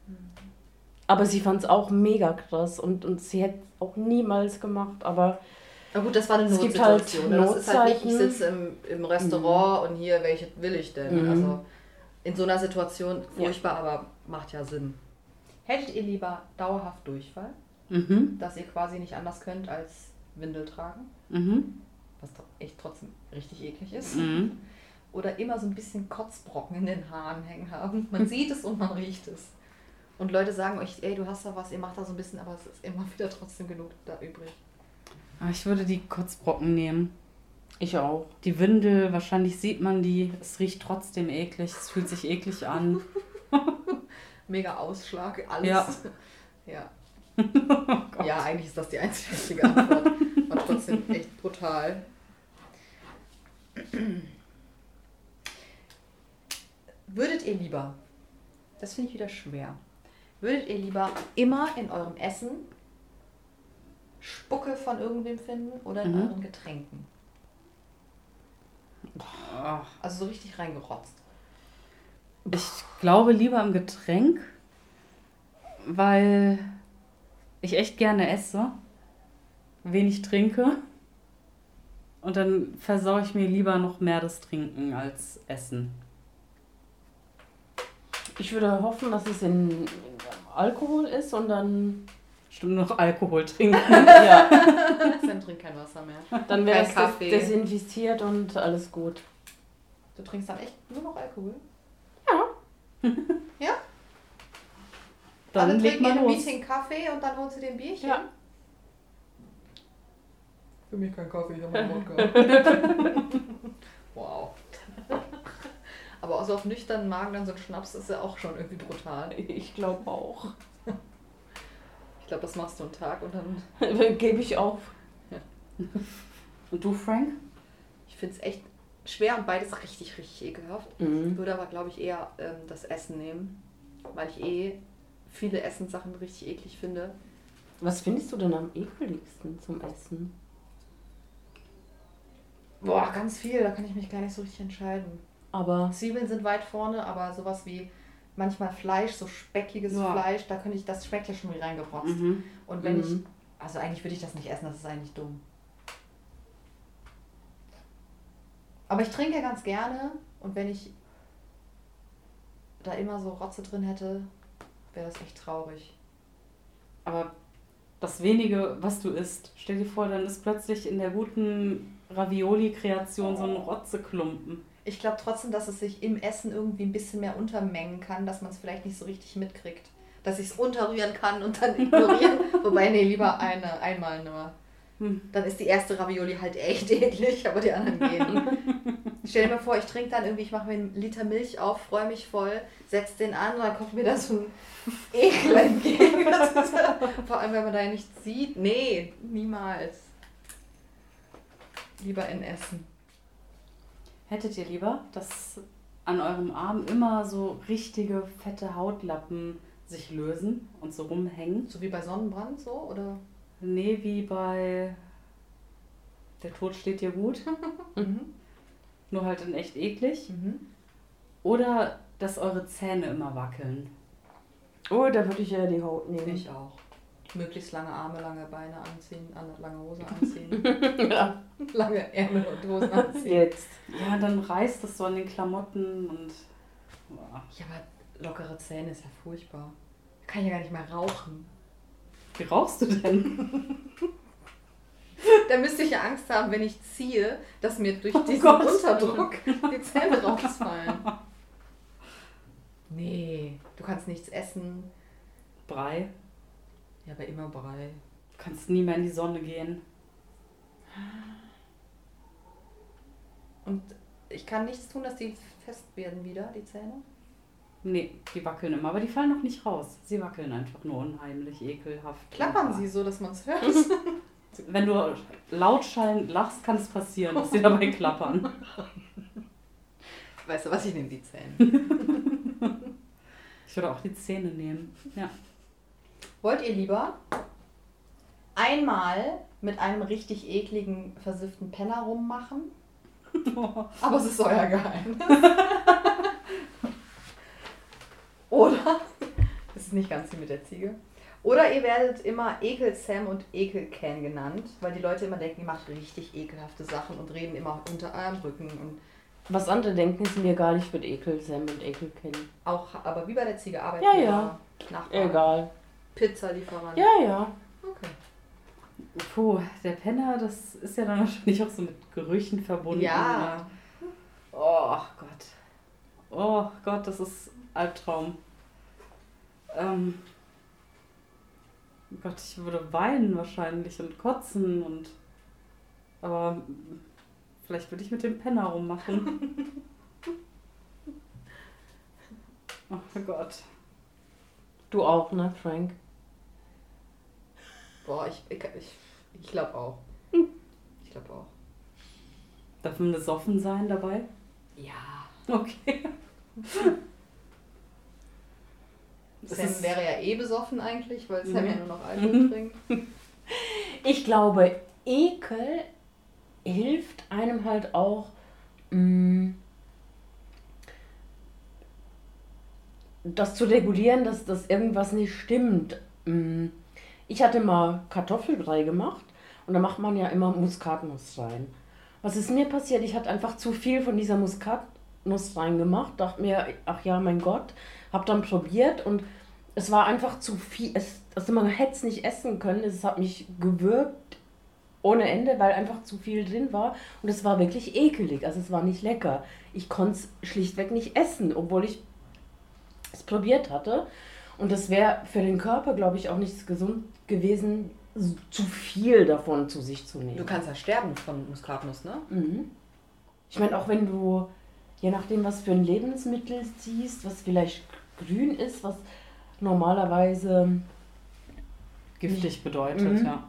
Aber sie fand es auch mega krass und, und sie hätte es auch niemals gemacht, aber Na gut, das war eine Es gibt halt Notsituation. ne? Das ist halt nicht, ich Notzeiten. sitze im, im Restaurant und hier, welche will ich denn? Mhm. Also in so einer Situation furchtbar, aber macht ja Sinn. Hättet ihr lieber dauerhaft Durchfall, Mhm. dass ihr quasi nicht anders könnt als Windel tragen, Mhm. was tro- echt trotzdem richtig eklig ist, Mhm. oder immer so ein bisschen Kotzbrocken in den Haaren hängen haben? Man sieht es und man riecht es. Und Leute sagen euch, ey, du hast da was, ihr macht da so ein bisschen, aber es ist immer wieder trotzdem genug da übrig. Aber ich würde die Kotzbrocken nehmen. ich auch. Die Windel, wahrscheinlich sieht man die. Es riecht trotzdem eklig. Es fühlt sich eklig an. Mega Ausschlag, alles. Ja. Ja. Gott. Ja, eigentlich ist das die einzige richtige Antwort. Und trotzdem echt brutal. Würdet ihr lieber, das finde ich wieder schwer, würdet ihr lieber immer in eurem Essen Spucke von irgendwem finden oder in Mhm. euren Getränken? Ach, Also so richtig reingerotzt. ich glaube lieber im Getränk, weil ich echt gerne esse, wenig trinke und dann versaue ich mir lieber noch mehr das Trinken als Essen. Ich würde hoffen, dass es in Alkohol ist und dann, Stimmt, noch Alkohol trinken. ja, Sam trinkt kein Wasser mehr. dann wäre Kein es des- Kaffee. desinfiziert und alles gut. Du trinkst dann echt nur noch Alkohol? Ja. Ja? Dann Alle legt trinken in man einem los. Meeting Kaffee und dann holst du den Bierchen? Ja. Für mich kein Kaffee, ich habe einen Wodka. Wow. Aber auch so auf nüchternen Magen dann so ein Schnaps ist ja auch schon irgendwie brutal. Ich glaube auch. Ich glaube, das machst du einen Tag und dann... Gebe ich auf. Und du, Frank? Ich finde es echt schwer und beides richtig, richtig ekelhaft. Ich Mhm. würde aber, glaube ich, eher ähm, das Essen nehmen, weil ich eh viele Essenssachen richtig eklig finde. Was findest du denn am ekeligsten zum Essen? Boah, ganz viel, da kann ich mich gar nicht so richtig entscheiden. Aber Zwiebeln sind weit vorne, aber sowas wie manchmal Fleisch, so speckiges Ja. Fleisch, da könnte ich, das schmeckt ja schon wie reingerotzt. Mhm. Und wenn Mhm. ich, also eigentlich würde ich das nicht essen, das ist eigentlich dumm. Aber ich trinke ganz gerne und wenn ich da immer so Rotze drin hätte, wäre das echt traurig. Aber das wenige, was du isst, stell dir vor, dann ist plötzlich in der guten Ravioli-Kreation so ein Rotzeklumpen. Ich glaube trotzdem, dass es sich im Essen irgendwie ein bisschen mehr untermengen kann, dass man es vielleicht nicht so richtig mitkriegt. Dass ich es unterrühren kann und dann ignorieren. Wobei, nee, lieber eine, einmal nur. Hm. Dann ist die erste Ravioli halt echt eklig, aber die anderen gehen. Stell dir mal vor, ich trinke dann irgendwie, ich mache mir einen Liter Milch auf, freue mich voll, setze den an und dann kommt mir da so ein Ekel entgegen. Vor allem, wenn man da ja nichts sieht. Nee, niemals. Lieber in Essen. Hättet ihr lieber, dass an eurem Arm immer so richtige fette Hautlappen sich lösen und so rumhängen? So wie bei Sonnenbrand so, oder? Nee, wie bei Der Tod steht dir gut. Mhm. Nur halt in echt eklig. Mhm. Oder dass eure Zähne immer wackeln. Oh, da würde ich eher die Haut nehmen. Ich auch. Möglichst lange Arme, lange Beine anziehen, lange Hose anziehen. Ja. Lange Ärmel und Hosen anziehen. Jetzt. Ja, dann reißt das so an den Klamotten und... Boah. Ja, aber lockere Zähne ist ja furchtbar. Da kann ich ja gar nicht mehr rauchen. Wie rauchst du denn? Da müsste ich ja Angst haben, wenn ich ziehe, dass mir durch Oh diesen Gott. Unterdruck die Zähne rausfallen. Nee, du kannst nichts essen. Brei. Ja, aber immer Brei. Du kannst nie mehr in die Sonne gehen. Und ich kann nichts tun, dass die fest werden wieder, die Zähne? Nee, die wackeln immer, aber die fallen noch nicht raus. Sie wackeln einfach nur unheimlich, ekelhaft. Klappern sie so, dass man es hört? Wenn du laut schallend lachst, kann es passieren, dass sie dabei klappern. Weißt du was, ich nehme die Zähne. Ich würde auch die Zähne nehmen. Ja. Wollt ihr lieber einmal mit einem richtig ekligen, versifften Penner rummachen? Aber es ist euer Geheimnis. Oder, das ist nicht ganz wie mit der Ziege. Oder ihr werdet immer Ekel-Sam und Ekel-Ken genannt, weil die Leute immer denken, ihr macht richtig ekelhafte Sachen und reden immer unter eurem Rücken. Und Was andere denken, ist mir egal, ich würde Ekel Sam und Ekel kennen. auch, aber wie bei der Ziege, Ja, Arbeitgeber, ja. Nachbarn, Egal. Pizzalieferant. Ja, ja. Okay. Puh, der Penner, das ist ja dann wahrscheinlich auch so mit Gerüchen verbunden. Ja. Oh Gott. Oh Gott, das ist Albtraum. Ähm. Gott, ich würde weinen wahrscheinlich und kotzen und. Aber vielleicht würde ich mit dem Penner rummachen. Oh Gott. Du auch, ne, Frank? Boah, ich, ich, ich, ich glaube auch. Ich glaube auch. Darf man besoffen sein dabei? Ja. Okay. Das Sam ist- wäre ja eh besoffen eigentlich, weil Sam Mhm. ja nur noch Alkohol trinkt. Ich glaube, Ekel hilft einem halt auch, mh, das zu regulieren, dass das irgendwas nicht stimmt. Mh, Ich hatte mal Kartoffelbrei gemacht und da macht man ja immer Muskatnuss rein. Was ist mir passiert? Ich hatte einfach zu viel von dieser Muskatnuss reingemacht, dachte mir, ach ja, mein Gott, hab dann probiert und es war einfach zu viel. Es, also man hätte es nicht essen können, es hat mich gewürgt ohne Ende, weil einfach zu viel drin war und es war wirklich ekelig, also es war nicht lecker. Ich konnte es schlichtweg nicht essen, obwohl ich es probiert hatte. Und das wäre für den Körper, glaube ich, auch nicht gesund gewesen, so- zu viel davon zu sich zu nehmen. Du kannst ja sterben von Muskatnuss, ne? Mhm. Ich meine, auch wenn du, je nachdem, was für ein Lebensmittel siehst, was vielleicht grün ist, was normalerweise... Giftig bedeutet, Mhm. ja.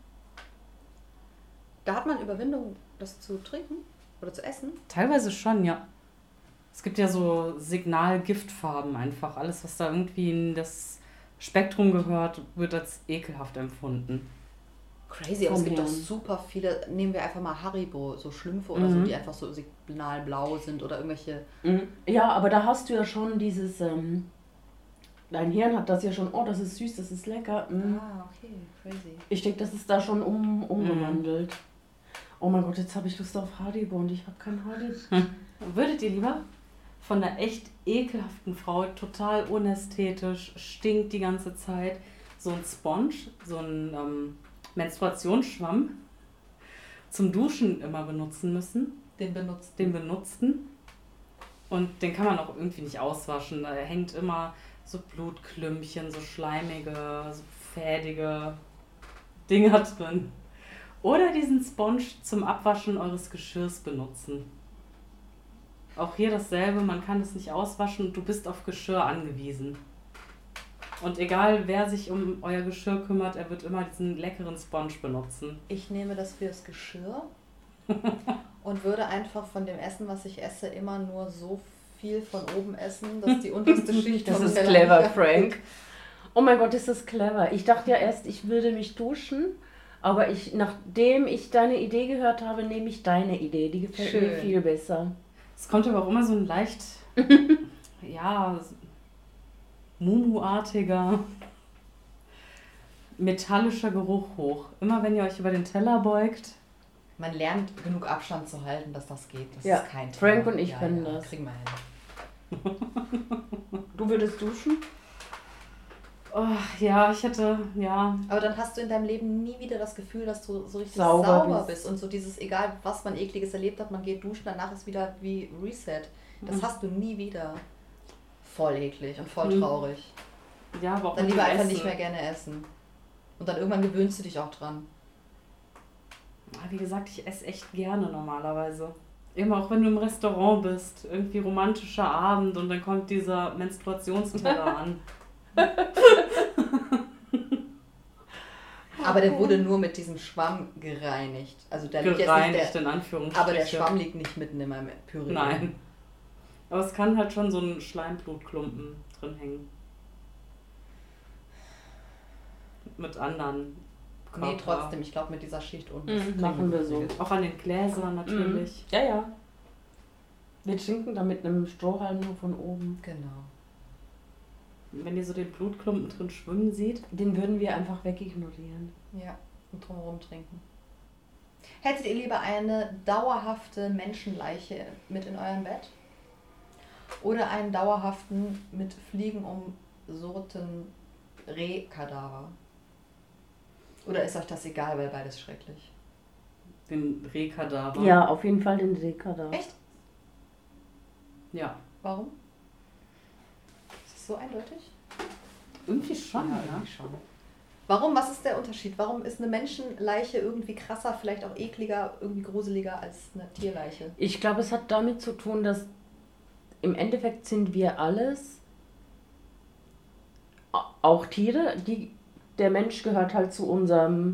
Da hat man Überwindung, das zu trinken oder zu essen. Teilweise schon, ja. Es gibt ja so Signalgiftfarben einfach. Alles, was da irgendwie in das Spektrum gehört, wird als ekelhaft empfunden. Crazy, aber es Vom gibt doch Hirn. super viele, nehmen wir einfach mal Haribo, so Schlümpfe oder so, Mhm. die einfach so signalblau sind oder irgendwelche... Mhm. Ja, aber da hast du ja schon dieses... Ähm, dein Hirn hat das ja schon, oh, das ist süß, das ist lecker. Mhm. Ah, okay, crazy. Ich denke, das ist da schon um, umgewandelt. Oh mein Gott, jetzt habe ich Lust auf Haribo und ich habe kein Haribo. Hm. Würdet ihr lieber von einer echt ekelhaften Frau, total unästhetisch, stinkt die ganze Zeit, so ein Sponge, so ein ähm, Menstruationsschwamm zum Duschen immer benutzen müssen? Den benutzt. Den benutzten. Und den kann man auch irgendwie nicht auswaschen. Da hängt immer so Blutklümpchen, so schleimige, so fädige Dinger drin. Oder diesen Sponge zum Abwaschen eures Geschirrs benutzen. Auch hier dasselbe, man kann es nicht auswaschen und du bist auf Geschirr angewiesen. Und egal wer sich um euer Geschirr kümmert, er wird immer diesen leckeren Sponge benutzen. Ich nehme das fürs Geschirr und würde einfach von dem Essen, was ich esse, immer nur so viel von oben essen, dass die unterste Schicht Das vom ist Teller clever, nicht Frank. Oh mein Gott, ist das clever. Ich dachte ja erst, ich würde mich duschen, aber ich, nachdem ich deine Idee gehört habe, nehme ich deine Idee. Die gefällt Schön. mir viel besser. Es kommt aber auch immer so ein leicht, ja, Mumu-artiger, metallischer Geruch hoch. Immer wenn ihr euch über den Teller beugt. Man lernt genug Abstand zu halten, dass das geht. Das Ja, ist kein Thema. Frank und ich ja, können ja, das. Kriegen wir hin. Du würdest duschen? Oh, ja, ich hätte, ja. Aber dann hast du in deinem Leben nie wieder das Gefühl, dass du so richtig Sauber sauber, bist. bist. Und so dieses, egal was man Ekliges erlebt hat, man geht duschen, danach ist wieder wie Reset. Das Mhm. hast du nie wieder. Voll eklig und voll Mhm. traurig. Ja, aber auch Dann mit lieber dem einfach Essen. nicht mehr gerne essen. Und dann irgendwann gewöhnst du dich auch dran. Wie gesagt, ich esse echt gerne normalerweise. Immer auch wenn du im Restaurant bist, irgendwie romantischer Abend und dann kommt dieser Menstruationsteller an. Aber der wurde nur mit diesem Schwamm gereinigt. Also der liegt jetzt Gereinigt nicht der, in Anführungsstrichen. aber der Schwamm liegt nicht mitten in meinem Püree. Nein. Aber es kann halt schon so ein Schleimblutklumpen drin hängen. Mit anderen Körper. Nee, trotzdem, ich glaube mit dieser Schicht unten. Mhm, das kriegen machen wir so. Auch an den Gläsern natürlich. Ja, ja. Wir trinken da mit einem Strohhalm nur von oben. Genau. Wenn ihr so den Blutklumpen drin schwimmen seht. Den würden wir einfach wegignorieren. Ja, und drumherum trinken. Hättet ihr lieber eine dauerhafte Menschenleiche mit in eurem Bett? Oder einen dauerhaften, mit Fliegen umsurrten Rehkadaver? Oder ist euch das egal, weil beides schrecklich? Den Rehkadaver. Ja, auf jeden Fall den Seekadaver. Echt? Ja. Warum? Ist das so eindeutig? Irgendwie schon, ja. irgendwie schon. Warum? Was ist der Unterschied? Warum ist eine Menschenleiche irgendwie krasser, vielleicht auch ekliger, irgendwie gruseliger als eine Tierleiche? Ich glaube, es hat damit zu tun, dass im Endeffekt sind wir alles, a- auch Tiere, die, der Mensch gehört halt zu unserem,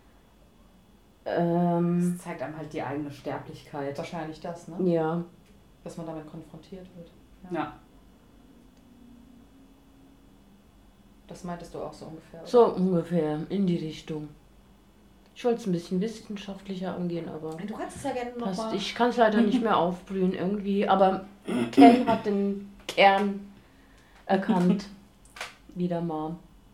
ähm, Das zeigt einem halt die eigene Sterblichkeit. Wahrscheinlich das, ne? ja, Dass man damit konfrontiert wird. Ja. Das meintest du auch so ungefähr. oder? so ungefähr in die Richtung. Ich wollte es ein bisschen wissenschaftlicher angehen, aber Du kannst es ja gerne passt. nochmal. Ich kann es leider nicht mehr aufbrühen irgendwie, aber Ken hat den Kern erkannt. Wieder mal.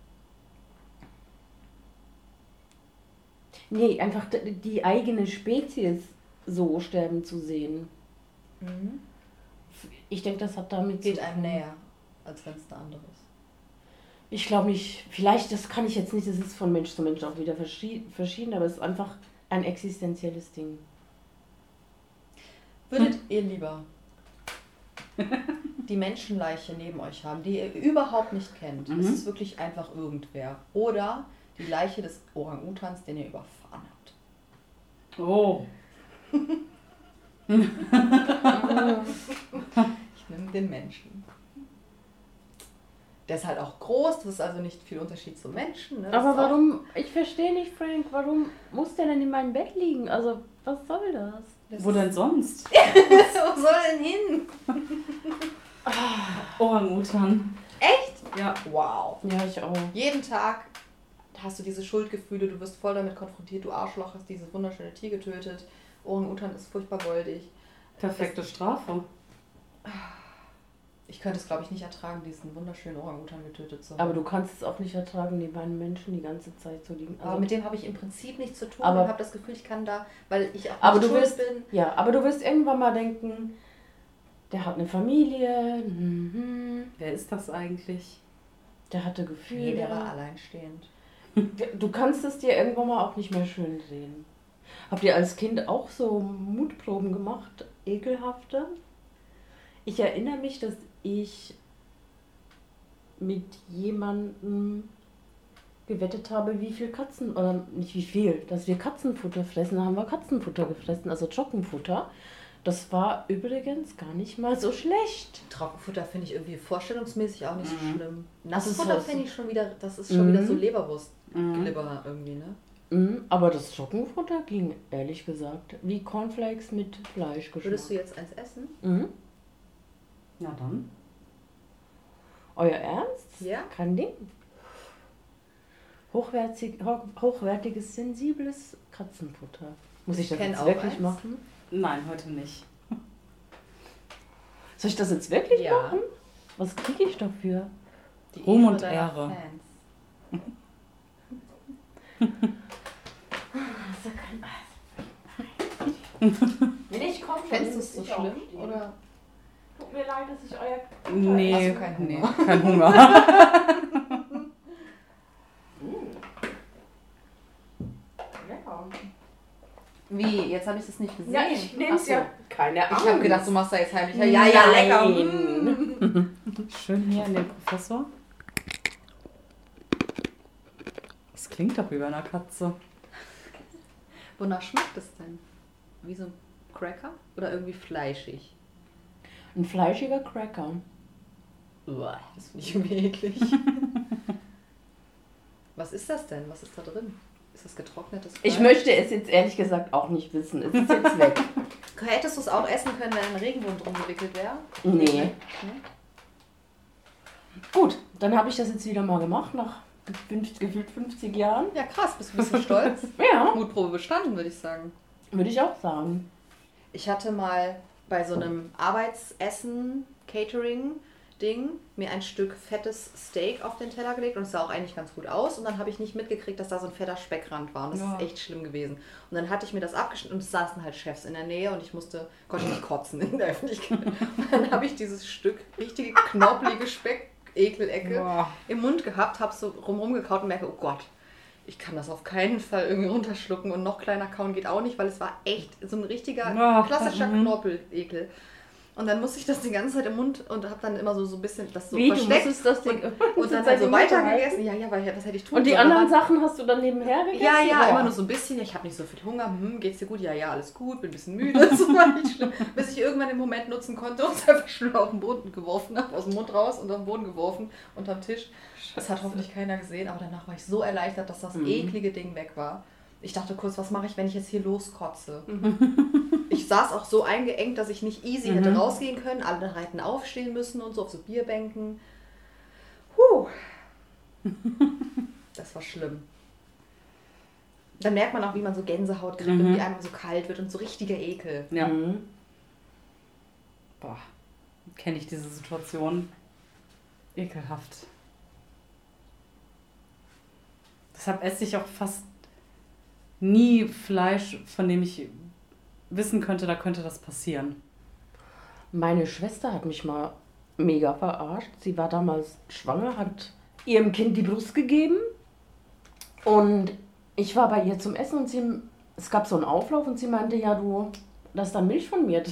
Nee, einfach d- die eigene Spezies so sterben zu sehen. Mhm. Ich denke, das hat damit Geht zu einem tun. näher, als wenn es eine andere ist. Ich glaube nicht, vielleicht, das kann ich jetzt nicht, das ist von Mensch zu Mensch auch wieder verschi- verschieden, aber es ist einfach ein existenzielles Ding. Würdet ihr lieber die Menschenleiche neben euch haben, die ihr überhaupt nicht kennt? Mhm. Es ist wirklich einfach irgendwer. Oder die Leiche des Orang-Utans, den ihr überfahren habt. Oh. Ich nehme den Menschen. Der ist halt auch groß, das ist also nicht viel Unterschied zum Menschen. Ne? Das Aber ist auch- warum, ich verstehe nicht, Frank, warum muss der denn in meinem Bett liegen? Also, was soll das? Das Wo ist- denn sonst? Wo soll er denn hin? Orang-Utan. Echt? Ja. Wow. Ja, ich auch. Jeden Tag hast du diese Schuldgefühle, du wirst voll damit konfrontiert, du Arschloch, hast dieses wunderschöne Tier getötet. Orang-Utan ist furchtbar goldig. Perfekte Strafe. Ich Ich könnte es, glaube ich, nicht ertragen, diesen wunderschönen Orang-Utan getötet zu haben. Aber du kannst es auch nicht ertragen, neben einem Menschen die ganze Zeit zu liegen. Aber Also, mit dem habe ich im Prinzip nichts zu tun aber, und habe das Gefühl, ich kann da, weil ich auch aber nicht du schuld wirst, bin. Ja, aber du wirst irgendwann mal denken, der hat eine Familie, mhm, Wer ist das eigentlich? der hatte Gefühle. Nee, der war alleinstehend. Du kannst es dir irgendwann mal auch nicht mehr schön sehen. Habt ihr als Kind auch so Mutproben gemacht? Ekelhafte? Ich erinnere mich, dass ich mit jemandem gewettet habe, wie viel Katzen, oder nicht wie viel, dass wir Katzenfutter fressen. Da haben wir Katzenfutter gefressen, also Trockenfutter. Das war übrigens gar nicht mal so schlecht. Trockenfutter finde ich irgendwie vorstellungsmäßig auch nicht so Mhm. schlimm. Das ist Nassfutter halt so- finde ich schon wieder, das ist schon Mhm. wieder so Leberwurst. Mhm. Glibber irgendwie, ne? Mhm, aber das Trockenfutter ging, ehrlich gesagt, wie Cornflakes mit Fleischgeschmack. Würdest du jetzt eins essen? Mhm. Na dann. Euer Ernst? Ja. Kein Ding. Hochwertig, hoch, hochwertiges, sensibles Katzenfutter. Muss ich das kenn jetzt auch wirklich eins. machen? Nein, heute nicht. Soll ich das jetzt wirklich Ja. machen? Was kriege ich dafür? Die Ruhm und deiner Ehre. Fans. Das ist ja kein Wenn ich komme, Fändest du es so schlimm? Oder? Tut mir leid, dass ich euer... Nee, Hast du keinen nee, Hunger? kein Hunger. Lecker. Wie? Jetzt habe ich das nicht gesehen. Ja, ich nehme es Ach so. ja. Keine Ahnung. Ich habe gedacht, du machst da jetzt heimlich. Ja, ja, lecker. Nein. Schön hier an den Professor. Das klingt doch wie bei einer Katze. Wonach schmeckt es denn? Wie so ein Cracker? Oder irgendwie fleischig? Ein fleischiger Cracker. Uah, das finde ich irgendwie eklig. Was ist das denn? Was ist da drin? Ist das getrocknetes Fleisch? Ich möchte es jetzt ehrlich gesagt auch nicht wissen. Es ist jetzt weg. Hättest du es auch essen können, wenn ein Regenwurm drum gewickelt wäre? Nee. Nee? Gut, dann habe ich das jetzt wieder mal gemacht, nach fünfzig, gefühlt fünfzig Jahren. Ja, krass. Bist du ein bisschen stolz? Ja, Mutprobe bestanden, würde ich sagen. würde ich auch sagen. Ich hatte mal bei so einem Arbeitsessen, Catering-Ding, mir ein Stück fettes Steak auf den Teller gelegt und es sah auch eigentlich ganz gut aus. Und dann habe ich nicht mitgekriegt, dass da so ein fetter Speckrand war. Und das Ja. ist echt schlimm gewesen. Und dann hatte ich mir das abgeschnitten und es saßen halt Chefs in der Nähe und ich musste, konnte nicht kotzen in der Öffentlichkeit. Und dann habe ich dieses Stück richtige knobbelige Speck-Ekelecke Boah. im Mund gehabt, habe so rumrum gekaut und merke, oh Gott, ich kann das auf keinen Fall irgendwie runterschlucken und noch kleiner kauen geht auch nicht, weil es war echt so ein richtiger, Ja. klassischer Mhm. Knorpelekel. Und dann musste ich das die ganze Zeit im Mund und habe dann immer so, so ein bisschen das so Wie, du versteckt musstest das Ding und dann halt so weiter gegessen. Ja, ja, weil was hätte ich tun Und die sollen? anderen Aber- Sachen hast du dann nebenher gegessen? ja, ja, Boah. immer nur so ein bisschen. Ich habe nicht so viel Hunger. Hm, geht's dir gut? Ja, ja, alles gut. Bin ein bisschen müde. Das war nicht schlimm. Bis ich irgendwann den Moment nutzen konnte und es einfach schnell auf den Boden geworfen habe, aus dem Mund raus und auf den Boden geworfen, unterm Tisch. Das hat hoffentlich keiner gesehen, aber danach war ich so erleichtert, dass das Mhm. eklige Ding weg war. Ich dachte kurz, was mache ich, wenn ich jetzt hier loskotze? Ich saß auch so eingeengt, dass ich nicht easy Mhm. hätte rausgehen können. Alle hätten aufstehen müssen und so auf so Bierbänken. Puh. Das war schlimm. Dann merkt man auch, wie man so Gänsehaut kriegt Mhm. und wie einem so kalt wird und so richtiger Ekel. Ja. Mhm. Boah. Kenne ich diese Situation. Ekelhaft. Deshalb esse ich auch fast nie Fleisch, von dem ich wissen könnte, da könnte das passieren. Meine Schwester hat mich mal mega verarscht. Sie war damals schwanger, hat ihrem Kind die Brust gegeben und ich war bei ihr zum Essen und sie, es gab so einen Auflauf und sie meinte, ja du, da ist da Milch von mir.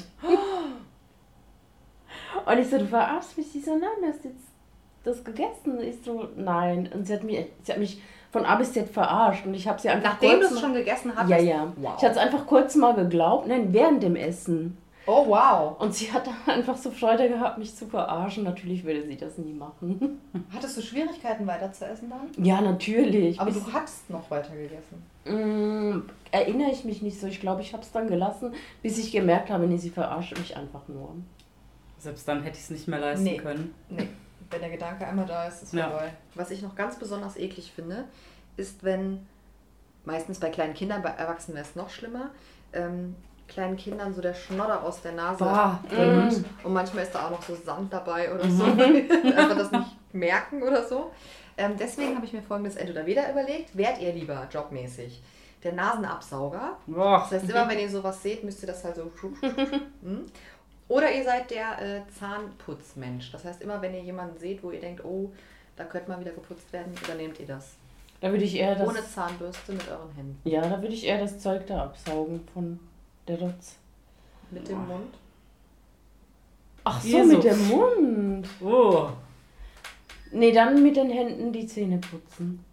Und ich so, du verarschst mich. Sie so, nein, du hast jetzt das gegessen. Ich so, nein. Und sie hat mich, sie hat mich von A bis Z verarscht und ich habe sie einfach Nachdem du kurz es mal- schon gegessen hattest? Ja, ja. Wow. Ich hatte es einfach kurz mal geglaubt, nein, während dem Essen. Oh, wow. Und sie hat dann einfach so Freude gehabt, mich zu verarschen. Natürlich würde sie das nie machen. Hattest du Schwierigkeiten weiter zu essen dann? Ja, natürlich. Aber Bis- du hast noch weiter gegessen. Mm, erinnere ich mich nicht so. Ich glaube, ich habe es dann gelassen, bis ich gemerkt habe, nee, sie verarscht mich einfach nur. Selbst dann hätte ich es nicht mehr leisten Nee. können. Nee, wenn der Gedanke einmal da ist, ist Ja. vorbei. Was ich noch ganz besonders eklig finde, ist, wenn, meistens bei kleinen Kindern, bei Erwachsenen wäre es noch schlimmer, ähm, kleinen Kindern so der Schnodder aus der Nase Bah. rinnt. Mhm. Und manchmal ist da auch noch so Sand dabei oder so. Einfach das nicht merken oder so. Ähm, deswegen habe ich mir folgendes Entweder-Oder überlegt. Wärt ihr lieber jobmäßig der Nasenabsauger? Boah. Das heißt, immer wenn ihr sowas seht, müsst ihr das halt so... hm? Oder ihr seid der äh, Zahnputzmensch. Das heißt, immer wenn ihr jemanden seht, wo ihr denkt, oh, da könnte mal wieder geputzt werden, übernehmt ihr das. Da würde ich eher das. Ohne Zahnbürste mit euren Händen. Ja, da würde ich eher das Zeug da absaugen von der Lotz. Mit dem Mund. Ach so, Hier mit so. dem Mund. Oh. Nee, dann mit den Händen die Zähne putzen.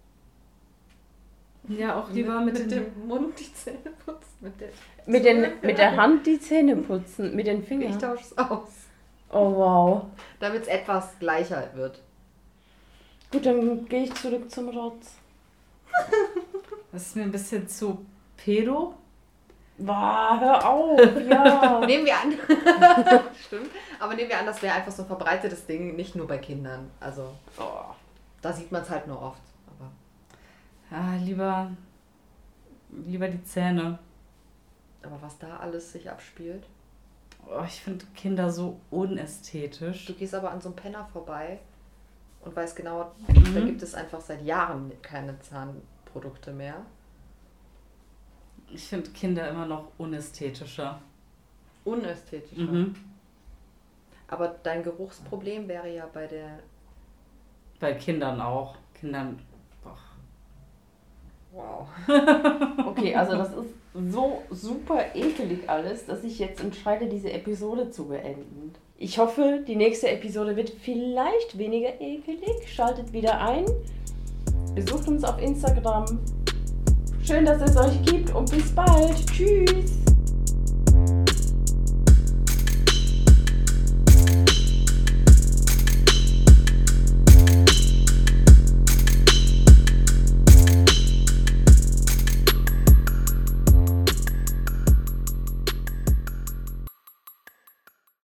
Ja, auch lieber mit, mit den... dem Mund die Zähne putzen. Mit der, Mit, den, mit der Hand die Zähne putzen. Mit den Ich Fingern. tausche es aus. Oh wow. Damit es etwas gleicher wird. Gut, dann gehe ich zurück zum Rotz. Das ist mir ein bisschen zu pedo. Wow, hör auf, ja. Nehmen wir an. Stimmt. Aber nehmen wir an, das wäre einfach so ein verbreitetes Ding, nicht nur bei Kindern. Also, Oh. da sieht man es halt nur oft. Aber Ja, lieber, lieber die Zähne. Aber was da alles sich abspielt. Oh, ich finde Kinder so unästhetisch. Du gehst aber an so einem Penner vorbei und weißt genau, Mhm. da gibt es einfach seit Jahren keine Zahnprodukte mehr. Ich finde Kinder immer noch unästhetischer. Unästhetisch. Mhm. Aber dein Geruchsproblem wäre ja bei der... Bei Kindern auch. Kindern. Boah. Wow. Okay, also das ist so super ekelig alles, dass ich jetzt entscheide, diese Episode zu beenden. Ich hoffe, die nächste Episode wird vielleicht weniger ekelig. Schaltet wieder ein. Besucht uns auf Instagram. Schön, dass es euch gibt und bis bald. Tschüss.